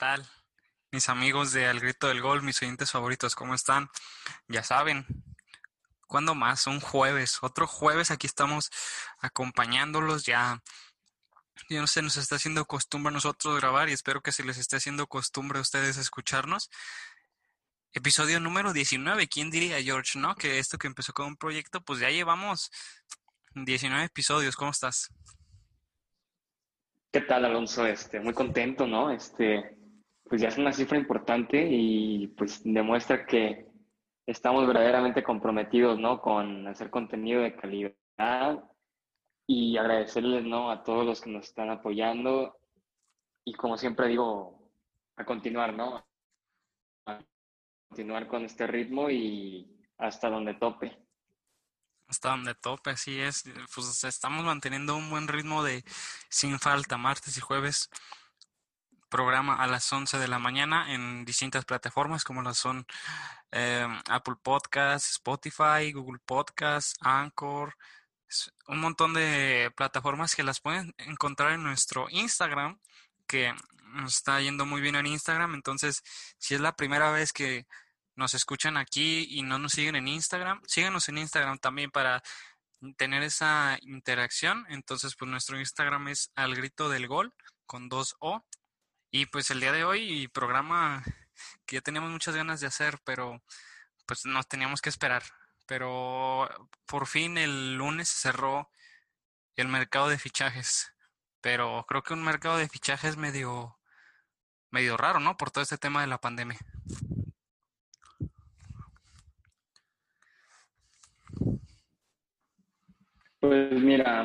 tal? Mis amigos de Al Grito del Gol, mis oyentes favoritos, ¿cómo están? Ya saben, ¿cuándo más? Un jueves, otro jueves, aquí estamos acompañándolos. Ya, yo no sé, nos está haciendo costumbre a nosotros grabar y espero que se les esté haciendo costumbre a ustedes escucharnos. Episodio número 19. ¿Quién diría, George, no? Que esto que empezó con un proyecto, pues ya llevamos 19 episodios. ¿Cómo estás? ¿Qué tal, Alonso? Muy contento, ¿no? Pues ya es una cifra importante y pues demuestra que estamos verdaderamente comprometidos, ¿no? Con hacer contenido de calidad y agradecerles, ¿no? A todos los que nos están apoyando y como siempre digo, a continuar, ¿no? A continuar con este ritmo y hasta donde tope. Hasta donde tope, así es. Pues estamos manteniendo un buen ritmo de sin falta, martes y jueves, programa a las 11 de la mañana en distintas plataformas como las son Apple Podcasts, Spotify, Google Podcasts, Anchor, un montón de plataformas que las pueden encontrar en nuestro Instagram, que nos está yendo muy bien en Instagram. Entonces, si es la primera vez que nos escuchan aquí y no nos siguen en Instagram, síganos en Instagram también para tener esa interacción. Entonces, pues nuestro Instagram es Al Grito del Gol con dos O. Y pues el día de hoy programa que ya teníamos muchas ganas de hacer, pero pues nos teníamos que esperar. Pero por fin el lunes se cerró el mercado de fichajes. Pero creo que un mercado de fichajes medio raro, ¿no? Por todo este tema de la pandemia. Pues mira,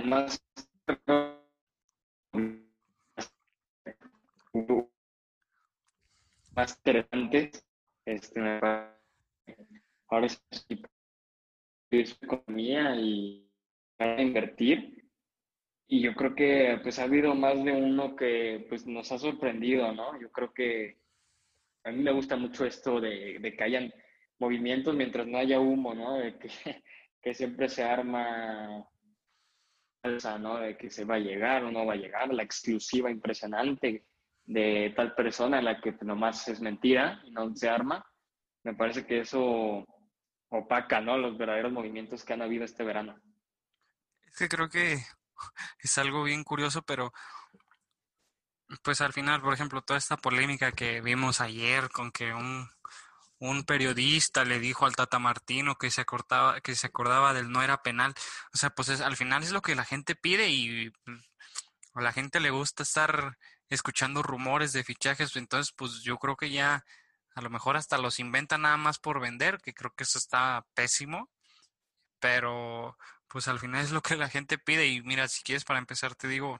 más interesantes, me parece, ahora sí su economía y para invertir. Y yo creo que pues ha habido más de uno que pues nos ha sorprendido, ¿no? Yo creo que a mí me gusta mucho esto de que hayan movimientos mientras no haya humo, ¿no? De que, que siempre se arma falsa, ¿no? De que se va a llegar o no va a llegar, la exclusiva impresionante de tal persona, la que nomás es mentira y no se arma. Me parece que eso opaca, ¿no? Los verdaderos movimientos que han habido este verano. Es que creo que es algo bien curioso, pero pues al final, por ejemplo, toda esta polémica que vimos ayer con que un periodista le dijo al Tata Martino que se acordaba del no era penal. O sea, pues al final es lo que la gente pide y a la gente le gusta estar escuchando rumores de fichajes. Entonces, pues yo creo que ya a lo mejor hasta los inventan nada más por vender, que creo que eso está pésimo, pero pues al final es lo que la gente pide. Y mira, si quieres para empezar te digo,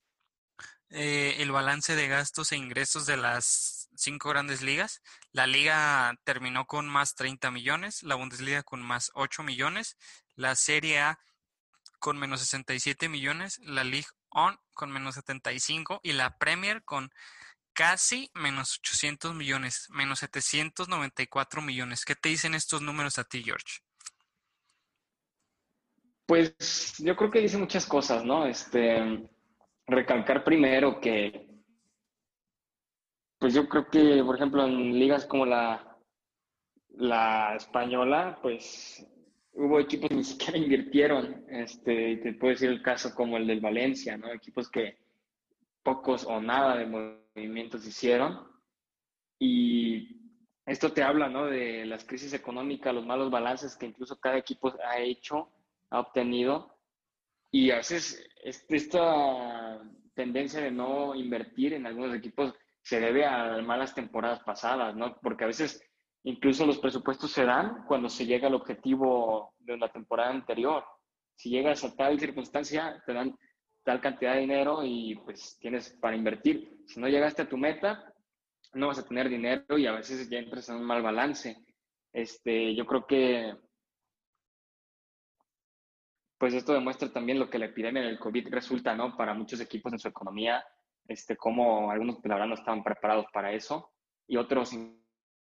el balance de gastos e ingresos de las cinco grandes ligas. La liga terminó con más 30 millones, la Bundesliga con más 8 millones, la Serie A con menos 67 millones, la Ligue 1 con menos 75 y la Premier con casi menos 800 millones, menos 794 millones. ¿Qué te dicen estos números a ti, George? Pues yo creo que dice muchas cosas, ¿no? Recalcar primero que, pues yo creo que, por ejemplo, en ligas como la española, pues hubo equipos que ni siquiera invirtieron. Y te puedo decir el caso como el del Valencia, ¿no? Equipos que pocos o nada de movimientos hicieron. Y esto te habla, ¿no? De las crisis económicas, los malos balances que incluso cada equipo ha hecho, ha obtenido. Y a veces esta tendencia de no invertir en algunos equipos se debe a malas temporadas pasadas, ¿no? Porque a veces incluso los presupuestos se dan cuando se llega al objetivo de la temporada anterior. Si llegas a tal circunstancia, te dan tal cantidad de dinero y pues tienes para invertir. Si no llegaste a tu meta, no vas a tener dinero y a veces ya entras en un mal balance. Yo creo que pues esto demuestra también lo que la epidemia del COVID resulta, ¿no? Para muchos equipos en su economía, como algunos, la verdad, no estaban preparados para eso y otros incluso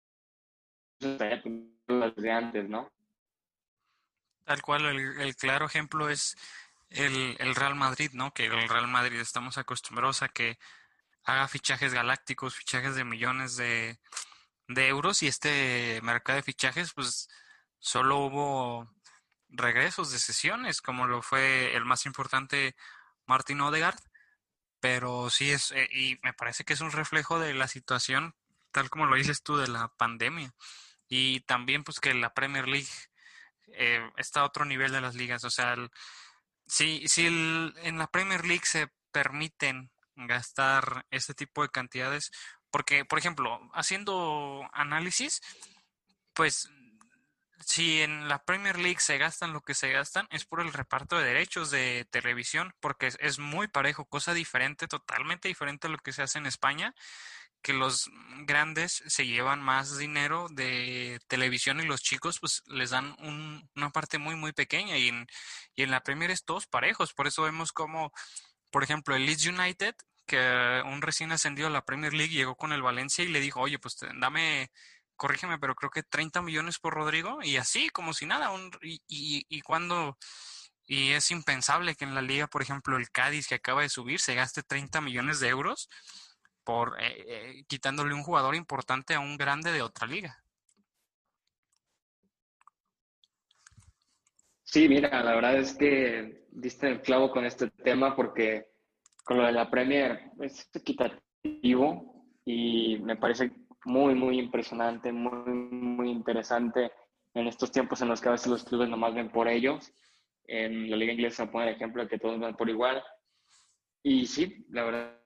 desde antes, ¿no? Tal cual, el claro ejemplo es el Real Madrid, ¿no? Que el Real Madrid estamos acostumbrados a que haga fichajes galácticos, fichajes de millones de euros, y este mercado de fichajes, pues solo hubo regresos de sesiones, como lo fue el más importante, Martin Odegaard, pero sí y me parece que es un reflejo de la situación, tal como lo dices tú, de la pandemia, y también pues que la Premier League está a otro nivel de las ligas, o sea, si en la Premier League se permiten gastar este tipo de cantidades, porque, por ejemplo, haciendo análisis, pues si en la Premier League se gastan lo que se gastan, es por el reparto de derechos de televisión, porque es muy parejo, cosa diferente, totalmente diferente a lo que se hace en España, que los grandes se llevan más dinero de televisión y los chicos pues les dan una parte muy muy pequeña, y en la Premier es todos parejos, por eso vemos como, por ejemplo, el Leeds United, que un recién ascendido a la Premier League llegó con el Valencia y le dijo, oye, pues dame, corrígeme, pero creo que 30 millones por Rodrigo, y así, como si nada, y es impensable que en la liga, por ejemplo, el Cádiz, que acaba de subir, se gaste 30 millones de euros por quitándole un jugador importante a un grande de otra liga. Sí, mira, la verdad es que diste el clavo con este tema porque con lo de la Premier es equitativo y me parece muy, muy impresionante, muy, muy interesante en estos tiempos en los que a veces los clubes nomás ven por ellos. En la liga inglesa pone el ejemplo de que todos van por igual. Y sí, la verdad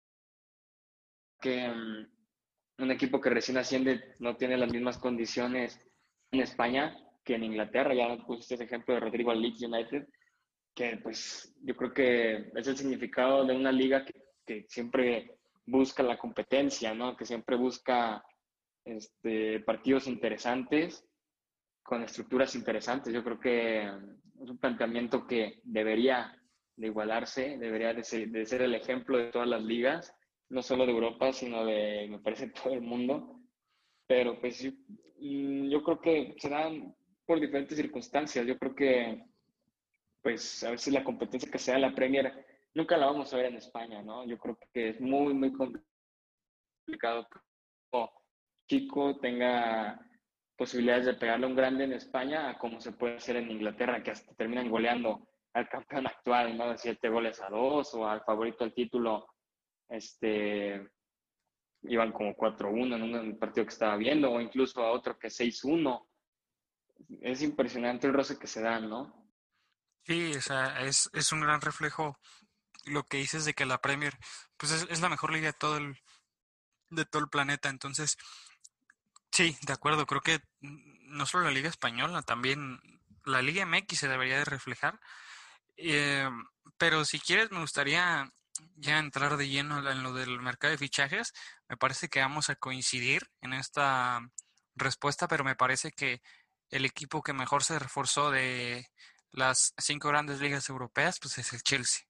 que un equipo que recién asciende no tiene las mismas condiciones en España que en Inglaterra. Ya pusiste ese ejemplo de Rodrigo al Leeds United, que pues yo creo que es el significado de una liga que siempre busca la competencia, ¿no? Que siempre busca partidos interesantes, con estructuras interesantes. Yo creo que es un planteamiento que debería de igualarse, debería de ser el ejemplo de todas las ligas, no solo de Europa, sino de, me parece, todo el mundo. Pero pues yo creo que se dan por diferentes circunstancias. Yo creo que pues a veces la competencia que sea la Premier nunca la vamos a ver en España, ¿no? Yo creo que es muy, muy complicado que un chico tenga posibilidades de pegarle a un grande en España a como se puede hacer en Inglaterra, que hasta terminan goleando al campeón actual, ¿no? De 7 goles a 2 o al favorito al título, este, iban como 4-1 en un partido que estaba viendo, o incluso a otro que 6-1. Es impresionante el roce que se dan, ¿no? Sí, o sea, es un gran reflejo lo que dices de que la Premier pues es la mejor liga de todo el planeta. Entonces, sí, de acuerdo, creo que no solo la liga española, también la liga MX se debería de reflejar. Eh, pero si quieres, me gustaría ya entrar de lleno en lo del mercado de fichajes. Me parece que vamos a coincidir en esta respuesta, pero me parece que el equipo que mejor se reforzó de las cinco grandes ligas europeas, pues es el Chelsea.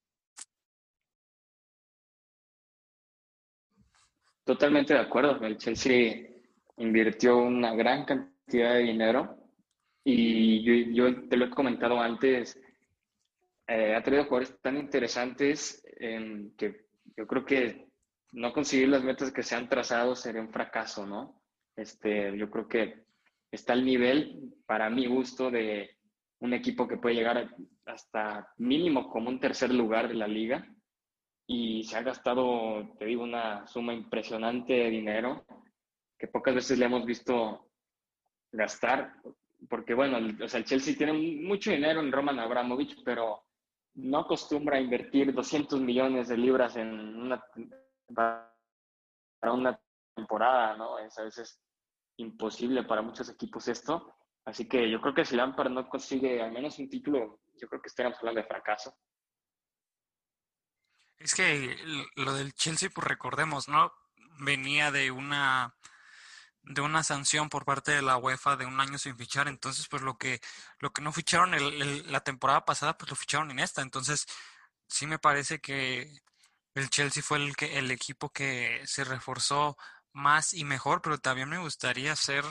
Totalmente de acuerdo. El Chelsea invirtió una gran cantidad de dinero y yo te lo he comentado antes, ha traído jugadores tan interesantes que yo creo que no conseguir las metas que se han trazado sería un fracaso, ¿no? Yo creo que está al nivel, para mi gusto, de un equipo que puede llegar hasta mínimo como un tercer lugar de la liga y se ha gastado, te digo, una suma impresionante de dinero que pocas veces le hemos visto gastar, porque bueno, o sea, el Chelsea tiene mucho dinero en Roman Abramovich, pero no acostumbra a invertir 200 millones de libras para una temporada, ¿no? Es a veces imposible para muchos equipos esto. Así que yo creo que si Lampard no consigue al menos un título, yo creo que estaríamos hablando de fracaso. Es que lo del Chelsea, pues recordemos, ¿no? Venía de una sanción por parte de la UEFA de un año sin fichar, entonces pues lo que no ficharon la temporada pasada, pues lo ficharon en esta, entonces sí me parece que el Chelsea fue el equipo que se reforzó más y mejor, pero también me gustaría hacer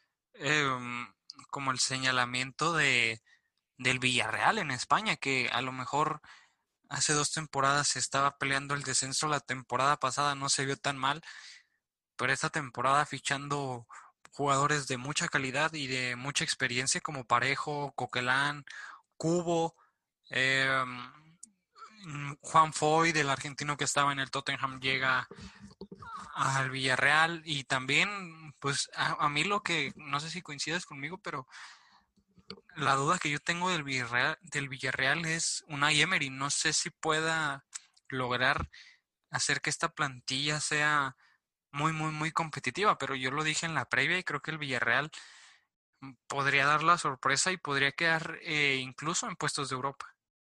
como el señalamiento del Villarreal en España, que a lo mejor hace 2 temporadas se estaba peleando el descenso, la temporada pasada no se vio tan mal, pero esta temporada fichando jugadores de mucha calidad y de mucha experiencia como Parejo, Coquelán, Cubo, eh, Juan Foy, del argentino que estaba en el Tottenham, llega al Villarreal. Y también, pues a mí lo que, no sé si coincides conmigo, pero la duda que yo tengo del Villarreal es Unai Emery. No sé si pueda lograr hacer que esta plantilla sea muy, muy, muy competitiva, pero yo lo dije en la previa y creo que el Villarreal podría dar la sorpresa y podría quedar incluso en puestos de Europa.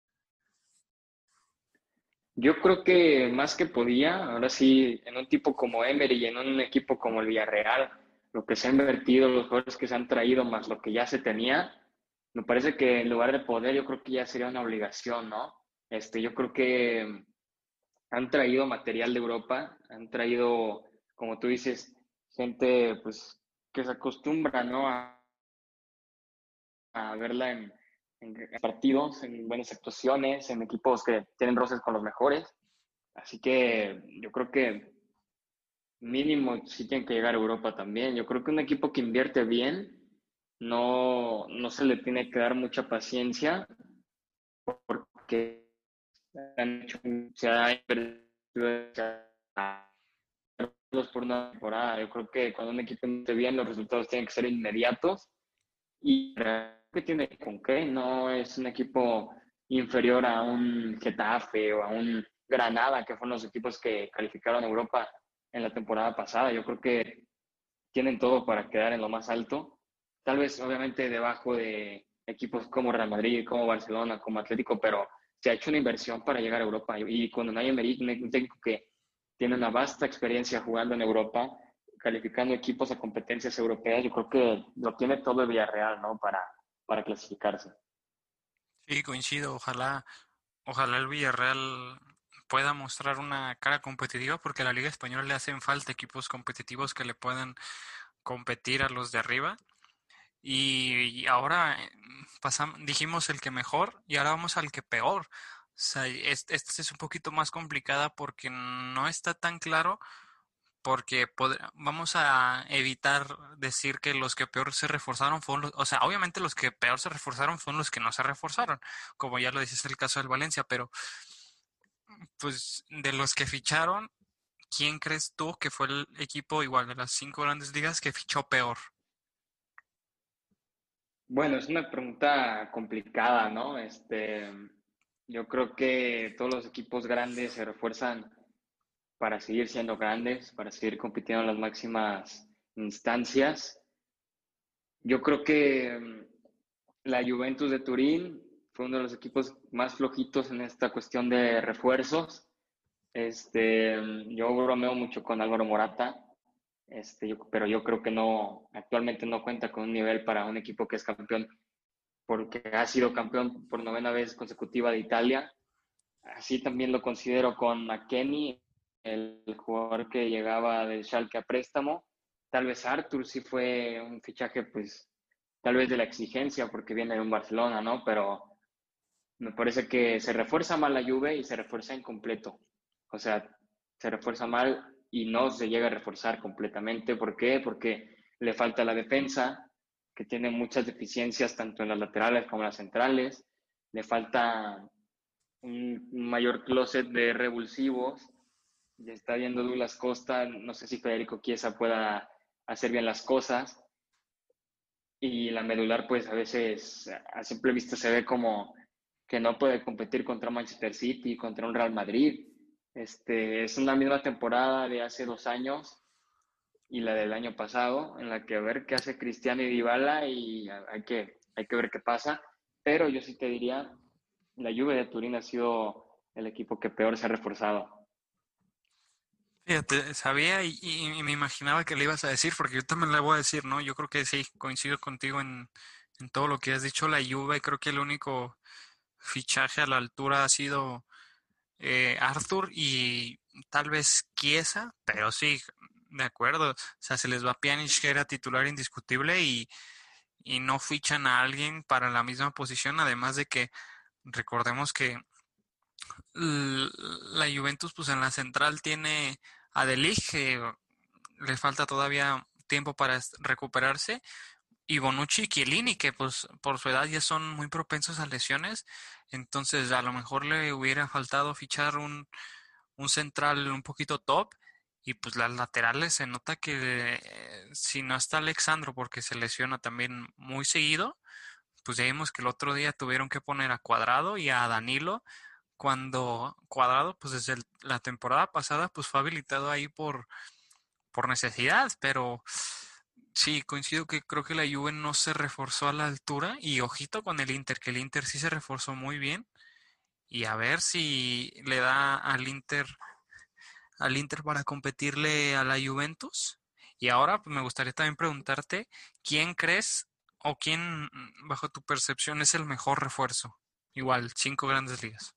Yo creo que más que podía, ahora sí, en un tipo como Emery y en un equipo como el Villarreal, lo que se ha invertido, los jugadores que se han traído, más lo que ya se tenía, me parece que en lugar de poder, yo creo que ya sería una obligación, ¿no? Yo creo que han traído material de Europa, han traído, como tú dices, gente pues que se acostumbra, ¿no? A verla en partidos, en buenas actuaciones, en equipos que tienen roces con los mejores. Así que yo creo que mínimo sí tienen que llegar a Europa también. Yo creo que un equipo que invierte bien no se le tiene que dar mucha paciencia porque han hecho, se ha invertido por una temporada. Yo creo que cuando un equipo invierte bien, los resultados tienen que ser inmediatos y que tiene con qué. No es un equipo inferior a un Getafe o a un Granada, que fueron los equipos que calificaron a Europa en la temporada pasada. Yo creo que tienen todo para quedar en lo más alto. Tal vez, obviamente, debajo de equipos como Real Madrid, como Barcelona, como Atlético, pero se ha hecho una inversión para llegar a Europa. Y cuando Unai Emery, un técnico que tiene una vasta experiencia jugando en Europa, calificando equipos a competencias europeas, yo creo que lo tiene todo el Villarreal, ¿no? Para clasificarse. Sí, coincido. Ojalá el Villarreal pueda mostrar una cara competitiva porque a la Liga Española le hacen falta equipos competitivos que le puedan competir a los de arriba. Y ahora dijimos el que mejor y ahora vamos al que peor. O sea, esta es un poquito más complicada porque no está tan claro, porque vamos a evitar decir que los que peor se reforzaron fueron o sea, obviamente los que peor se reforzaron fueron los que no se reforzaron, como ya lo dices el caso del Valencia, pero pues de los que ficharon, ¿quién crees tú que fue el equipo igual de las 5 grandes ligas que fichó peor? Bueno, es una pregunta complicada, ¿no? Yo creo que todos los equipos grandes se refuerzan para seguir siendo grandes, para seguir compitiendo en las máximas instancias. Yo creo que la Juventus de Turín fue uno de los equipos más flojitos en esta cuestión de refuerzos. Yo bromeo mucho con Álvaro Morata, pero yo creo que no, actualmente no cuenta con un nivel para un equipo que es campeón, porque ha sido campeón por 9ª vez consecutiva de Italia. Así también lo considero con McKennie, el jugador que llegaba del Schalke a préstamo. Tal vez Arthur sí fue un fichaje, pues, tal vez de la exigencia, porque viene de un Barcelona, ¿no? Pero me parece que se refuerza mal la Juve y se refuerza incompleto. O sea, se refuerza mal y no se llega a reforzar completamente. ¿Por qué? Porque le falta la defensa, que tiene muchas deficiencias tanto en las laterales como en las centrales. Le falta un mayor closet de revulsivos. Ya está viendo Douglas Costa, no sé si Federico Chiesa pueda hacer bien las cosas. Y la medular, pues a veces a simple vista se ve como que no puede competir contra Manchester City, contra un Real Madrid. Es una misma temporada de hace 2 años y la del año pasado, en la que a ver qué hace Cristiano y Dybala y hay que ver qué pasa. Pero yo sí te diría, la Juve de Turín ha sido el equipo que peor se ha reforzado. Fíjate, sabía y me imaginaba que le ibas a decir, porque yo también le voy a decir, ¿no? Yo creo que sí, coincido contigo en todo lo que has dicho. La Juve, creo que el único fichaje a la altura ha sido Arthur y tal vez Chiesa, pero sí, de acuerdo. O sea, se les va Pjanic, que era titular indiscutible, y no fichan a alguien para la misma posición, además de que recordemos que L- La Juventus, pues en la central tiene a De Ligt, que le falta todavía tiempo para recuperarse, y Bonucci y Chiellini, que pues por su edad ya son muy propensos a lesiones, entonces a lo mejor le hubiera faltado fichar un central un poquito top, y pues las laterales se nota que si no está Alexandro porque se lesiona también muy seguido, pues ya vimos que el otro día tuvieron que poner a Cuadrado y a Danilo, cuando Cuadrado pues desde la temporada pasada pues fue habilitado ahí por necesidad, pero sí, coincido que creo que la Juve no se reforzó a la altura, y ojito con el Inter, que el Inter sí se reforzó muy bien, y a ver si le da al Inter para competirle a la Juventus. Y ahora pues, me gustaría también preguntarte, ¿quién crees o quién, bajo tu percepción, es el mejor refuerzo? Igual, 5 grandes ligas.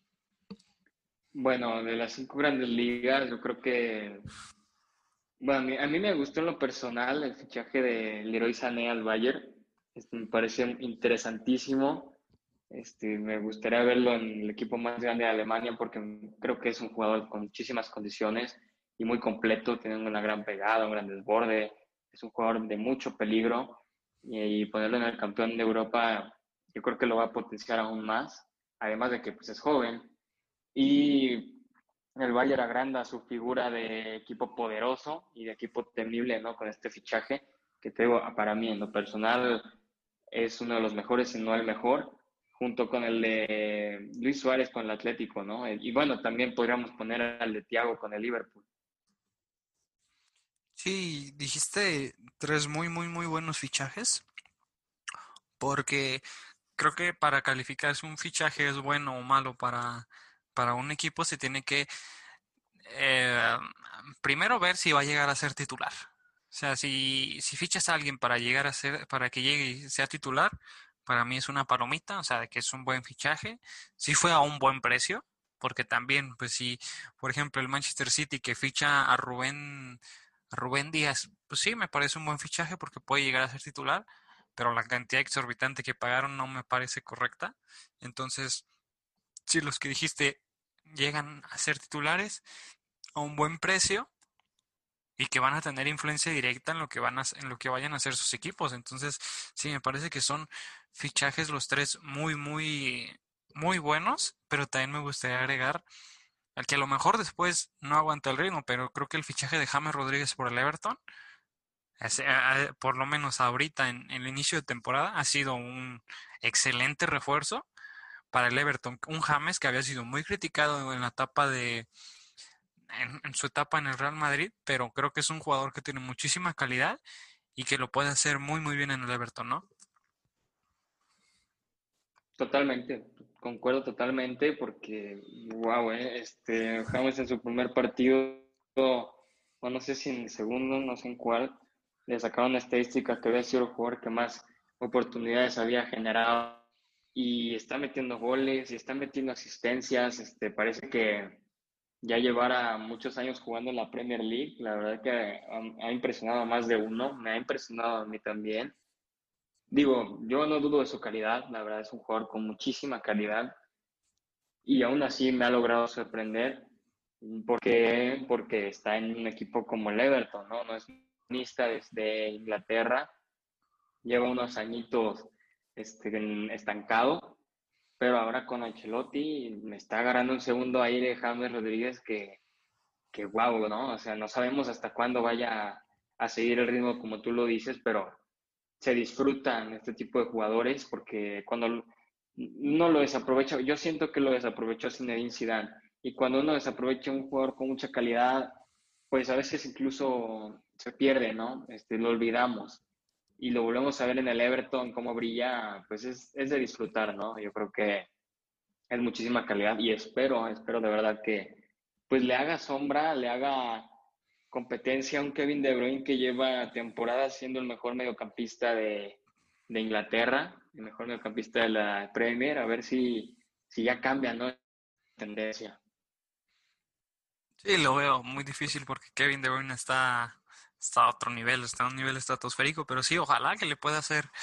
Bueno, de las 5 grandes ligas, yo creo que, bueno, a mí me gustó en lo personal el fichaje de Leroy Sané al Bayern. Me parece interesantísimo. Me gustaría verlo en el equipo más grande de Alemania porque creo que es un jugador con muchísimas condiciones y muy completo, tiene una gran pegada, un gran desborde, es un jugador de mucho peligro y ponerlo en el campeón de Europa yo creo que lo va a potenciar aún más, además de que pues, es joven y el Bayern agranda su figura de equipo poderoso y de equipo temible, ¿no? Con este fichaje que te digo, para mí en lo personal es uno de los mejores, si no el mejor, junto con el de Luis Suárez con el Atlético, ¿no? Y bueno, también podríamos poner al de Thiago con el Liverpool. Sí, dijiste tres muy, muy, muy buenos fichajes, porque creo que para calificar si un fichaje es bueno o malo para un equipo se tiene que eh, primero ver si va a llegar a ser titular. O sea, si fichas a alguien para llegar a ser, para que llegue y sea titular, para mí es una palomita, o sea, de que es un buen fichaje. Si fue a un buen precio, porque también, pues si, por ejemplo, el Manchester City que ficha a Rubén Díaz, pues sí, me parece un buen fichaje porque puede llegar a ser titular, pero la cantidad exorbitante que pagaron no me parece correcta. Entonces, si los que dijiste llegan a ser titulares a un buen precio y que van a tener influencia directa en lo que en lo que vayan a hacer sus equipos. Entonces, sí, me parece que son fichajes los tres muy, muy, muy buenos, pero también me gustaría agregar al que a lo mejor después no aguanta el ritmo, pero creo que el fichaje de James Rodríguez por el Everton, por lo menos ahorita en el inicio de temporada, ha sido un excelente refuerzo para el Everton. Un James que había sido muy criticado en la etapa en su etapa en el Real Madrid, pero creo que es un jugador que tiene muchísima calidad y que lo puede hacer muy muy bien en el Everton, ¿no? Totalmente, concuerdo totalmente porque, wow, James en su primer partido, o no sé si en el segundo, no sé en cuál, le sacaron una estadística que había sido el jugador que más oportunidades había generado y está metiendo goles y está metiendo asistencias, parece que ya llevara muchos años jugando en la Premier League, la verdad que ha impresionado a más de uno, me ha impresionado a mí también. Digo, yo no dudo de su calidad, la verdad es un jugador con muchísima calidad y aún así me ha logrado sorprender. ¿Por qué? Porque está en un equipo como el Everton, ¿no? No es unista desde Inglaterra, lleva unos añitos estancado, pero ahora con Ancelotti me está agarrando un segundo aire James Rodríguez que wow, ¿no? O sea, no sabemos hasta cuándo vaya a seguir el ritmo como tú lo dices, pero se disfrutan este tipo de jugadores porque cuando no lo desaprovecha, yo siento que lo desaprovechó Zinedine Zidane y cuando uno desaprovecha un jugador con mucha calidad, pues a veces incluso se pierde, ¿no? Lo olvidamos y lo volvemos a ver en el Everton cómo brilla, pues es de disfrutar, ¿no? Yo creo que es muchísima calidad y espero de verdad que pues le haga sombra, le haga competencia a un Kevin De Bruyne que lleva temporadas siendo el mejor mediocampista de Inglaterra, el mejor mediocampista de la Premier, a ver si ya cambia, ¿no? Tendencia. Sí, lo veo muy difícil porque Kevin De Bruyne está a otro nivel, está a un nivel estratosférico, pero sí, ojalá que le pueda hacer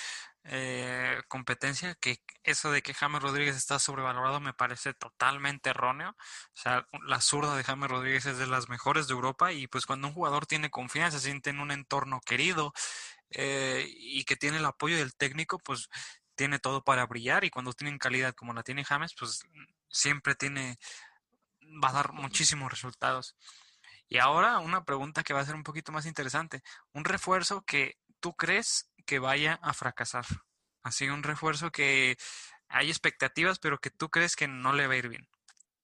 competencia, que eso de que James Rodríguez está sobrevalorado me parece totalmente erróneo. O sea, la zurda de James Rodríguez es de las mejores de Europa y pues cuando un jugador tiene confianza, se siente en un entorno querido y que tiene el apoyo del técnico, pues tiene todo para brillar y cuando tienen calidad como la tiene James, pues siempre va a dar muchísimos resultados. Y ahora una pregunta que va a ser un poquito más interesante. Un refuerzo que tú crees que vaya a fracasar. Así un refuerzo que hay expectativas, pero que tú crees que no le va a ir bien.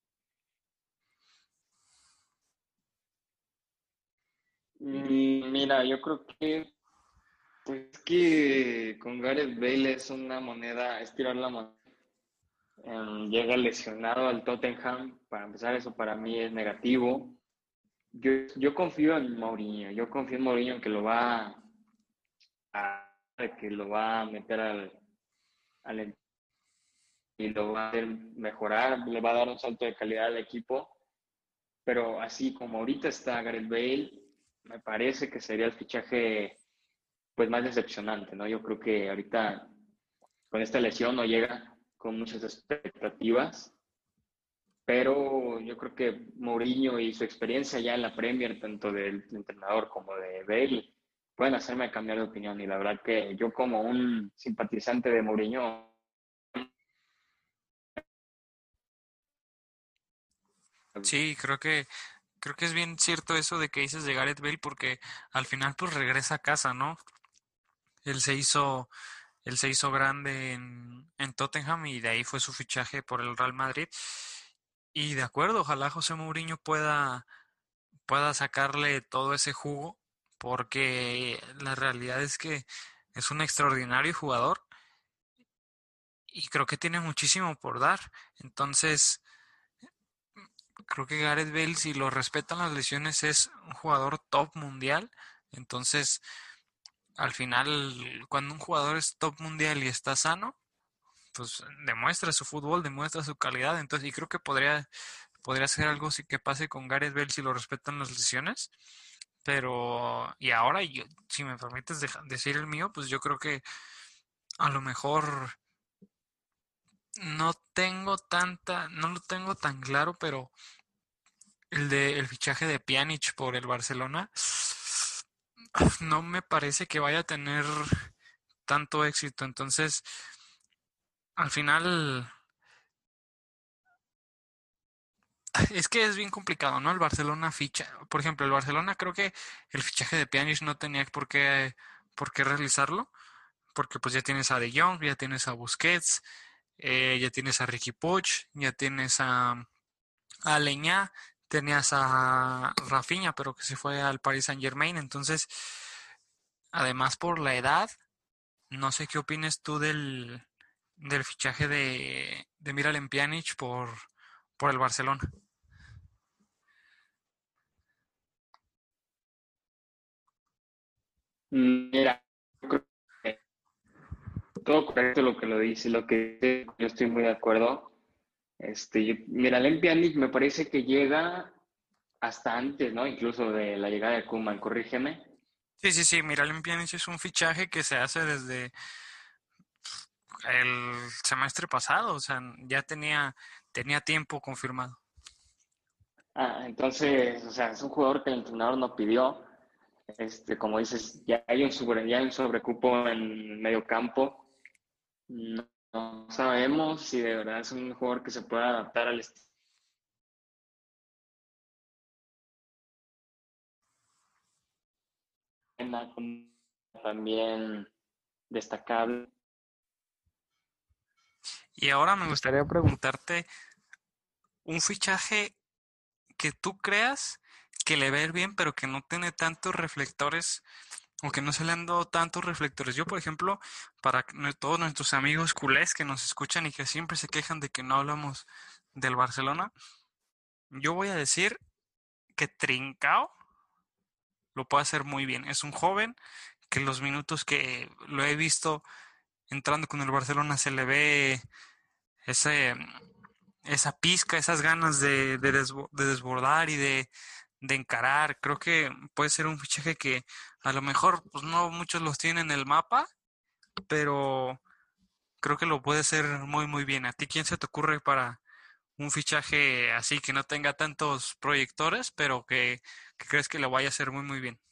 Mira, yo creo que, pues, que con Gareth Bale es una moneda, es tirar la moneda. Llega lesionado al Tottenham, para empezar eso para mí es negativo. Yo confío en Mourinho, yo confío en Mourinho que lo va a meter al y lo va a hacer mejorar, le va a dar un salto de calidad al equipo, pero así como ahorita está Gareth Bale, me parece que sería el fichaje pues más decepcionante, ¿no? Yo creo que ahorita con esta lesión no llega con muchas expectativas, pero yo creo que Mourinho y su experiencia ya en la Premier, tanto del entrenador como de Bale, pueden hacerme cambiar de opinión. Y la verdad que yo como un simpatizante de Mourinho, Sí, creo que es bien cierto eso de que dices de Gareth Bale porque al final pues regresa a casa, ¿no? Él se hizo Él se hizo grande en Tottenham y de ahí fue su fichaje por el Real Madrid. Y de acuerdo, ojalá José Mourinho pueda sacarle todo ese jugo, porque la realidad es que es un extraordinario jugador y creo que tiene muchísimo por dar. Entonces, creo que Gareth Bale, si lo respetan las lesiones, es un jugador top mundial. Entonces, al final, cuando un jugador es top mundial y está sano, pues demuestra su fútbol, demuestra su calidad, entonces, y creo que podría ser algo sí que pase con Gareth Bale si lo respetan las lesiones, pero, y ahora, yo, si me permites decir el mío, pues yo creo que a lo mejor no lo tengo tan claro, pero el fichaje de Pjanic por el Barcelona, no me parece que vaya a tener tanto éxito, entonces, al final es que es bien complicado, ¿no? El Barcelona ficha, por ejemplo, el Barcelona creo que el fichaje de Pjanic no tenía por qué realizarlo, porque pues ya tienes a De Jong, ya tienes a Busquets, ya tienes a Ricky Puig, ya tienes a Leñá, tenías a Rafinha, pero que se fue al Paris Saint-Germain, entonces, además por la edad, no sé qué opines tú del fichaje de Miralem Pjanic por el Barcelona. mira, yo creo que todo correcto lo que lo dice, lo que yo estoy muy de acuerdo. Mira, el Pjanic me parece que llega hasta antes, ¿no? Incluso de la llegada de Koeman, corrígeme. Sí, sí, sí, Miralem Pjanic es un fichaje que se hace desde el semestre pasado, o sea, tenía tiempo confirmado. Entonces, o sea, es un jugador que el entrenador no pidió. Como dices, ya hay un sobrecupo en medio campo. No, no sabemos si de verdad es un jugador que se pueda adaptar al esquema también destacable. Y ahora me gustaría preguntarte un fichaje que tú creas que le va a ir bien, pero que no tiene tantos reflectores o que no se le han dado tantos reflectores. Yo, por ejemplo, para todos nuestros amigos culés que nos escuchan y que siempre se quejan de que no hablamos del Barcelona, yo voy a decir que Trincao lo puede hacer muy bien. Es un joven que los minutos que lo he visto entrando con el Barcelona se le ve ese, esa pizca, esas ganas de desbordar y de encarar. Creo que puede ser un fichaje que a lo mejor pues no muchos los tienen en el mapa, pero creo que lo puede hacer muy, muy bien. ¿A ti quién se te ocurre para un fichaje así que no tenga tantos proyectores, pero que crees que lo vaya a hacer muy, muy bien?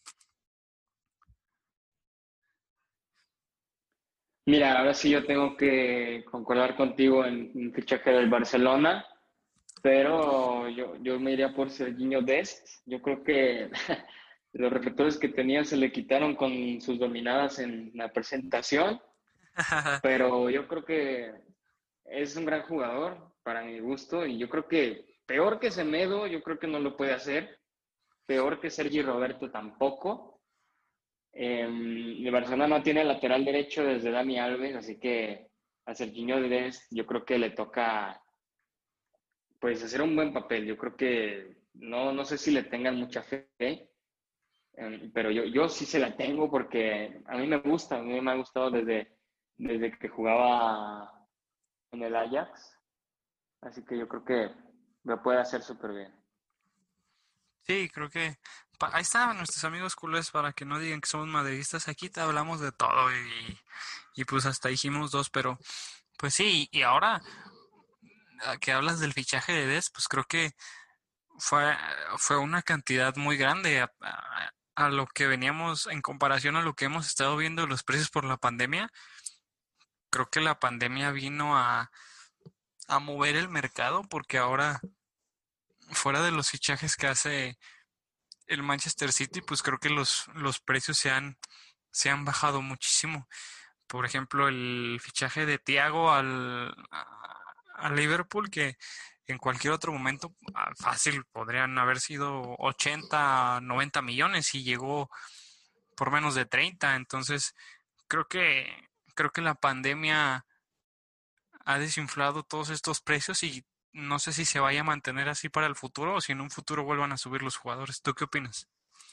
Mira, ahora sí yo tengo que concordar contigo en un fichaje del Barcelona, pero yo me iría por Serginho Dest. Yo creo que los reflectores que tenía se le quitaron con sus dominadas en la presentación, pero yo creo que es un gran jugador para mi gusto y yo creo que peor que Semedo, yo creo que no lo puede hacer, peor que Sergi Roberto tampoco. El Barcelona no tiene lateral derecho desde Dani Alves, así que a Serginho Dest yo creo que le toca pues hacer un buen papel. Yo creo que no sé si le tengan mucha fe, pero yo sí se la tengo porque a mí me gusta, a mí me ha gustado desde que jugaba en el Ajax, así que yo creo que lo puede hacer súper bien. Sí, creo que ahí están nuestros amigos culés para que no digan que somos madridistas. Aquí te hablamos de todo y pues hasta dijimos dos, pero pues sí, y ahora que hablas del fichaje de Des, pues creo que fue, fue una cantidad muy grande a lo que veníamos en comparación a lo que hemos estado viendo de los precios por la pandemia. Creo que la pandemia vino a mover el mercado porque ahora, fuera de los fichajes que hace el Manchester City, pues creo que los precios se han bajado muchísimo. Por ejemplo, el fichaje de Thiago a Liverpool, que en cualquier otro momento fácil podrían haber sido 80, 90 millones y llegó por menos de 30. Entonces, creo creo que la pandemia ha desinflado todos estos precios y no sé si se vaya a mantener así para el futuro o si en un futuro vuelvan a subir los jugadores. ¿Tú qué opinas?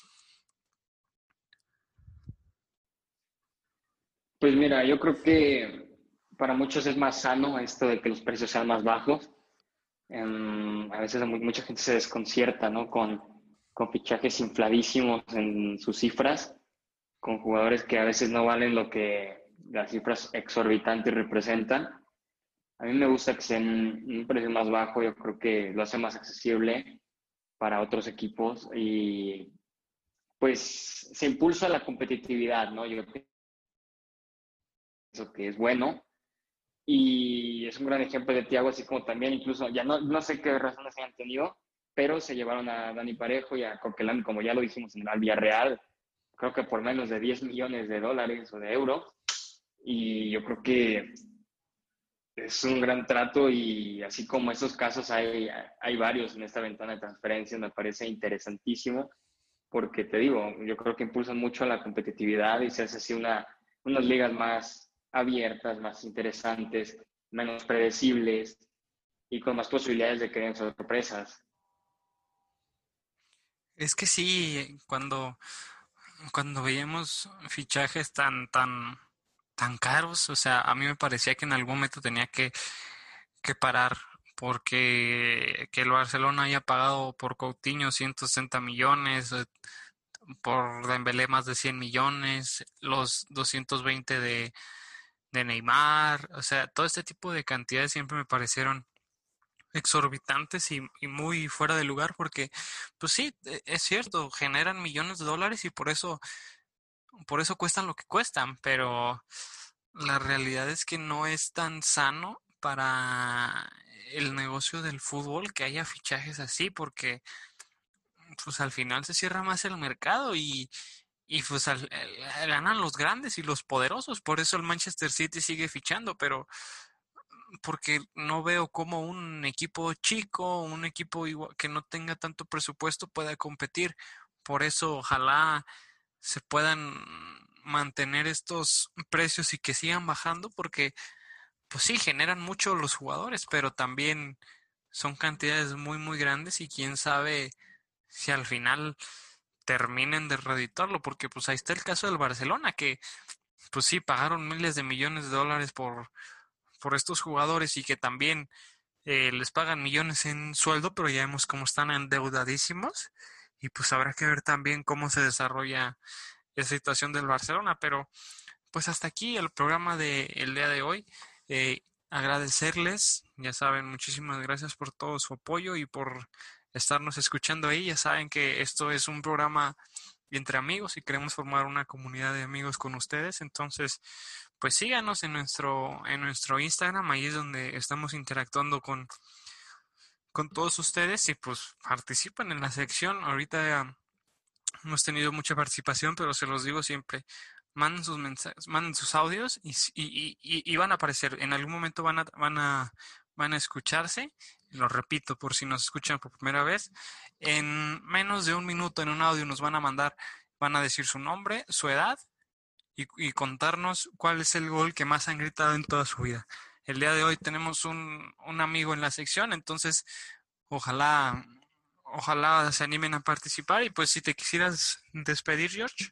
Pues mira, yo creo que para muchos es más sano esto de que los precios sean más bajos. A veces mucha gente se desconcierta, ¿no? Con fichajes infladísimos en sus cifras, con jugadores que a veces no valen lo que las cifras exorbitantes representan. A mí me gusta que sea en un precio más bajo, yo creo que lo hace más accesible para otros equipos y pues se impulsa la competitividad, ¿no? Yo pienso que es bueno y es un gran ejemplo de Thiago, así como también incluso, ya no sé qué razones hayan tenido, pero se llevaron a Dani Parejo y a Coquelin, como ya lo dijimos en el Villarreal, creo que por menos de 10 millones de dólares o de euros, y yo creo que es un gran trato y así como esos casos hay varios en esta ventana de transferencias, me parece interesantísimo porque te digo, yo creo que impulsan mucho a la competitividad y se hace así unas ligas más abiertas, más interesantes, menos predecibles y con más posibilidades de que den sorpresas. Es que sí, cuando veíamos fichajes tan caros, o sea, a mí me parecía que en algún momento tenía que parar porque que el Barcelona haya pagado por Coutinho 160 millones, por Dembélé más de 100 millones, los 220 de Neymar, o sea, todo este tipo de cantidades siempre me parecieron exorbitantes y muy fuera de lugar porque, pues sí, es cierto, generan millones de dólares y por eso cuestan lo que cuestan, pero la realidad es que no es tan sano para el negocio del fútbol que haya fichajes así, porque pues al final se cierra más el mercado y pues ganan los grandes y los poderosos, por eso el Manchester City sigue fichando, pero porque no veo cómo un equipo chico, un equipo que no tenga tanto presupuesto pueda competir. Por eso ojalá se puedan mantener estos precios y que sigan bajando porque pues sí, generan mucho los jugadores, pero también son cantidades muy muy grandes y quién sabe si al final terminen de reeditarlo, porque pues ahí está el caso del Barcelona, que pues sí, pagaron miles de millones de dólares por estos jugadores y que también les pagan millones en sueldo, pero ya vemos cómo están endeudadísimos y pues habrá que ver también cómo se desarrolla esa situación del Barcelona, pero pues hasta aquí el programa del día de hoy. Agradecerles, ya saben, muchísimas gracias por todo su apoyo y por estarnos escuchando ahí. Ya saben que esto es un programa entre amigos y queremos formar una comunidad de amigos con ustedes. Entonces, pues síganos en nuestro Instagram, ahí es donde estamos interactuando con todos ustedes y pues participen en la sección. Ahorita hemos tenido mucha participación, pero se los digo siempre, manden sus mensajes, manden sus audios y van a aparecer. En algún momento van a escucharse. Lo repito, por si nos escuchan por primera vez, en menos de un minuto en un audio nos van a mandar, van a decir su nombre, su edad y contarnos cuál es el gol que más han gritado en toda su vida. El día de hoy tenemos un amigo en la sección, entonces ojalá, ojalá se animen a participar y pues si te quisieras despedir, George.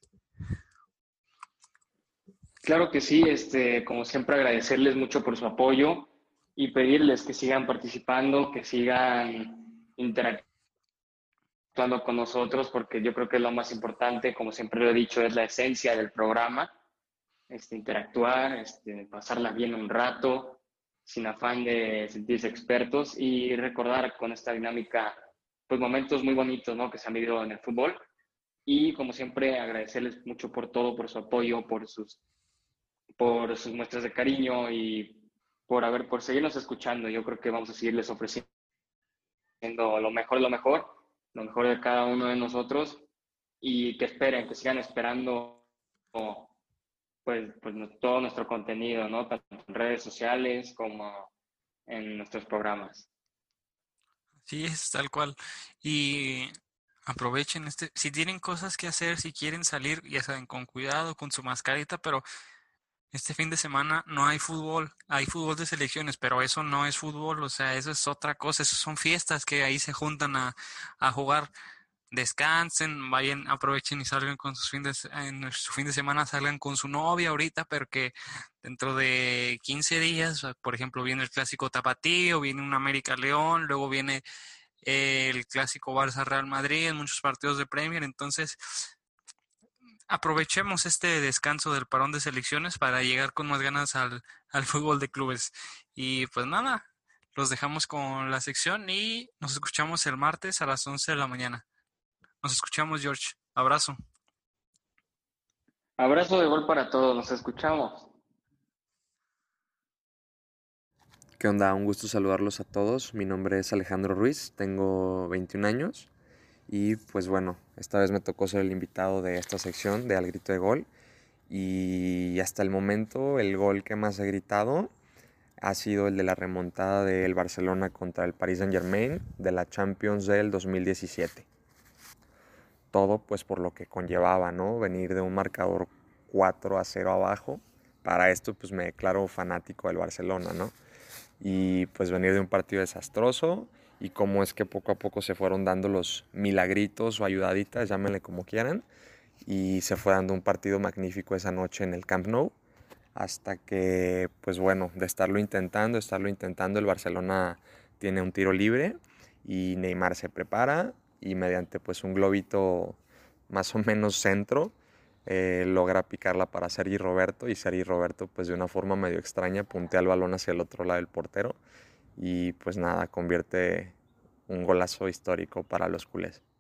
Claro que sí, como siempre agradecerles mucho por su apoyo y pedirles que sigan participando, que sigan interactuando con nosotros, porque yo creo que es lo más importante, como siempre lo he dicho, es la esencia del programa, interactuar, pasarla bien un rato, sin afán de sentirse expertos y recordar con esta dinámica, pues momentos muy bonitos, ¿no? Que se han vivido en el fútbol. Y como siempre, agradecerles mucho por todo, por su apoyo, por sus muestras de cariño y por seguirnos escuchando. Yo creo que vamos a seguirles ofreciendo lo mejor de cada uno de nosotros y que esperen, que sigan esperando pues todo nuestro contenido, ¿no? Tanto en redes sociales como en nuestros programas. Sí, es tal cual. Y aprovechen si tienen cosas que hacer, si quieren salir, ya saben, con cuidado, con su mascarita, pero este fin de semana no hay fútbol, hay fútbol de selecciones, pero eso no es fútbol, o sea, eso es otra cosa, eso son fiestas que ahí se juntan a jugar. Descansen, vayan, aprovechen y salgan con en su fin de semana, salgan con su novia ahorita, pero que dentro de 15 días, por ejemplo, viene el clásico Tapatío, viene un América León, luego viene el clásico Barça Real Madrid, muchos partidos de Premier, entonces aprovechemos este descanso del parón de selecciones para llegar con más ganas al fútbol de clubes. Y pues nada, los dejamos con la sección y nos escuchamos el martes a las 11 de la mañana. Nos escuchamos, George. Abrazo. Abrazo de gol para todos, nos escuchamos. ¿Qué onda? Un gusto saludarlos a todos. Mi nombre es Alejandro Ruiz, tengo 21 años y pues bueno, esta vez me tocó ser el invitado de esta sección de Al Grito de Gol y hasta el momento el gol que más he gritado ha sido el de la remontada del Barcelona contra el Paris Saint-Germain de la Champions del 2017. Todo pues por lo que conllevaba, ¿no? Venir de un marcador 4-0 abajo. Para esto pues me declaro fanático del Barcelona, ¿no? Y pues venir de un partido desastroso y cómo es que poco a poco se fueron dando los milagritos o ayudaditas, llámenle como quieran, y se fue dando un partido magnífico esa noche en el Camp Nou, hasta que pues bueno, de estarlo intentando, el Barcelona tiene un tiro libre y Neymar se prepara y mediante pues un globito más o menos centro logra picarla para Sergi Roberto y Sergi Roberto pues de una forma medio extraña puntea el balón hacia el otro lado del portero y pues nada, convierte un golazo histórico para los culés.